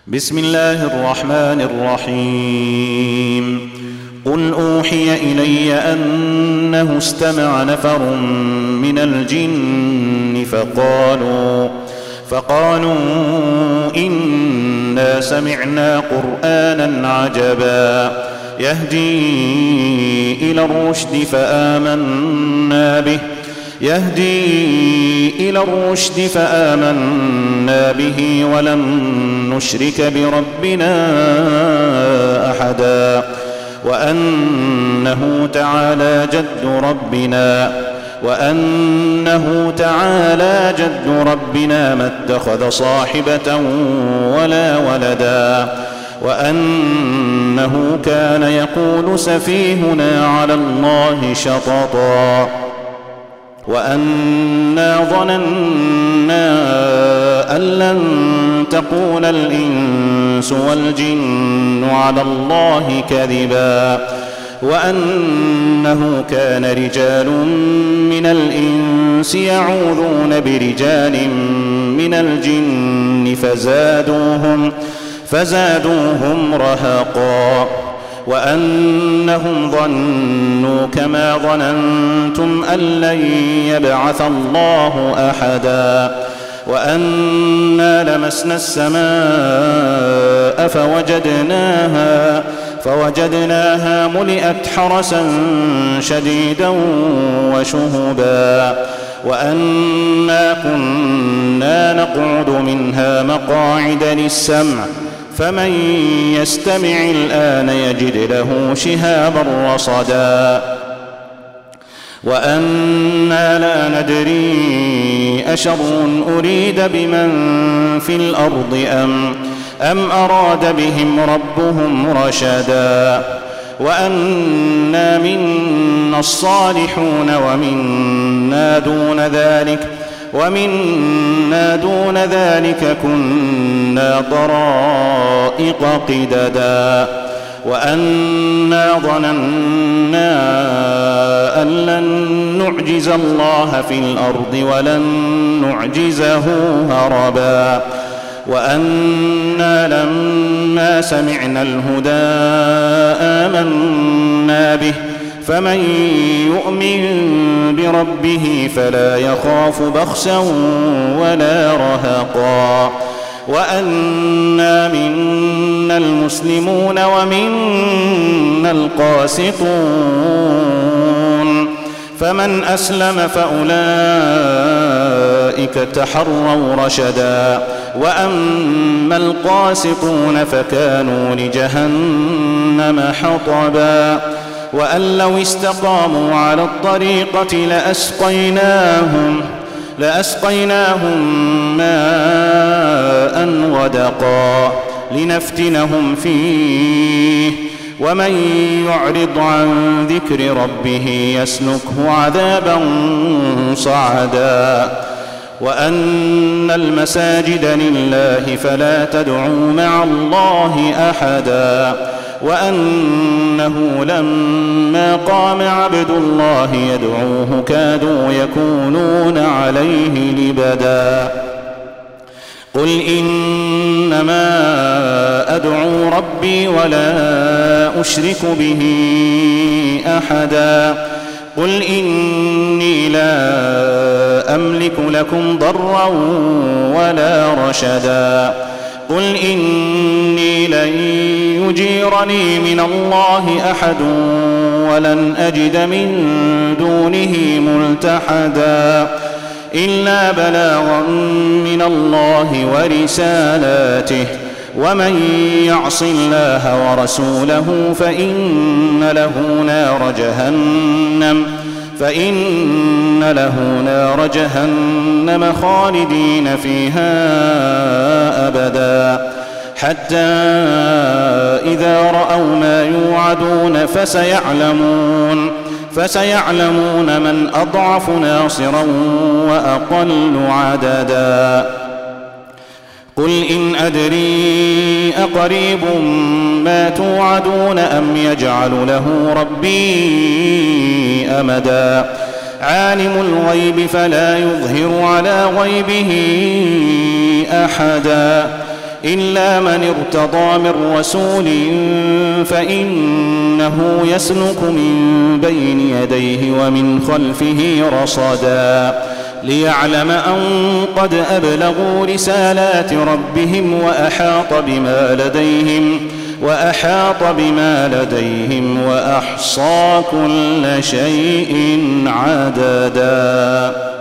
بسم الله الرحمن الرحيم قل أوحي إلي أنه استمع نفر من الجن فقالوا إنا سمعنا قرآنا عجبا يهدي إلى الرشد فآمنا به ولن نشرك بربنا أحدا وأنه تعالى جد ربنا ما اتخذ صاحبة ولا ولدا وأنه كان يقول سفيهنا على الله شططا وأنا ظننا أن لن تقول الإنس والجن على الله كذبا وأنه كان رجال من الإنس يعوذون برجال من الجن فزادوهم رهقا وأنهم ظنوا كما ظننتم أن لن يبعث الله أحدا وأنا لمسنا السماء فوجدناها ملئت حرسا شديدا وشهبا وأنا كنا نقعد منها مقاعد للسمع فمن يستمع الآن يجد له شهابا رصدا وأنا لا ندري أشر أريد بمن في الأرض أم أراد بهم ربهم رشدا وأنا منا الصالحون ومنا دون ذلك كنا طرائق قددا وأنا ظننا أن لن نعجز الله في الأرض ولن نعجزه هربا وأنا لما سمعنا الهدى آمنا به فمن يؤمن بربه فلا يخاف بخسا ولا رهقا وأنا منا المسلمون ومنا القاسطون فمن أسلم فأولئك تحروا رشدا وأما القاسطون فكانوا لجهنم حطبا وأن لو استقاموا على الطريقة لأسقيناهم ماء غدقا لنفتنهم فيه ومن يعرض عن ذكر ربه يسلكه عذابا صعدا وأن المساجد لله فلا تدعوا مع الله أحدا وأنه لما قام عبد الله يدعوه كادوا يكونون عليه لبدا قل إنما أدعو ربي ولا أشرك به أحدا قل إني لا أملك لكم ضرا ولا رشدا قل إني لن يجيرني من الله أحد ولن أجد من دونه ملتحدا إلا بلاغا من الله ورسالاته ومن يعص الله ورسوله فإن له نار جهنم خالدين فيها أبدا حتى إذا رأوا ما يوعدون فسيعلمون من أضعف ناصرا وأقل عددا قل إن أدري أقريب ما توعدون أم يجعل له ربي أمدا عالم الغيب فلا يظهر على غيبه أحدا إلا من ارتضى من رسول فإنه يسلك من بين يديه ومن خلفه رصدا ليعلم أن قد أبلغوا رسالات ربهم وأحاط بما لديهم وأحصى كل شيء عددا.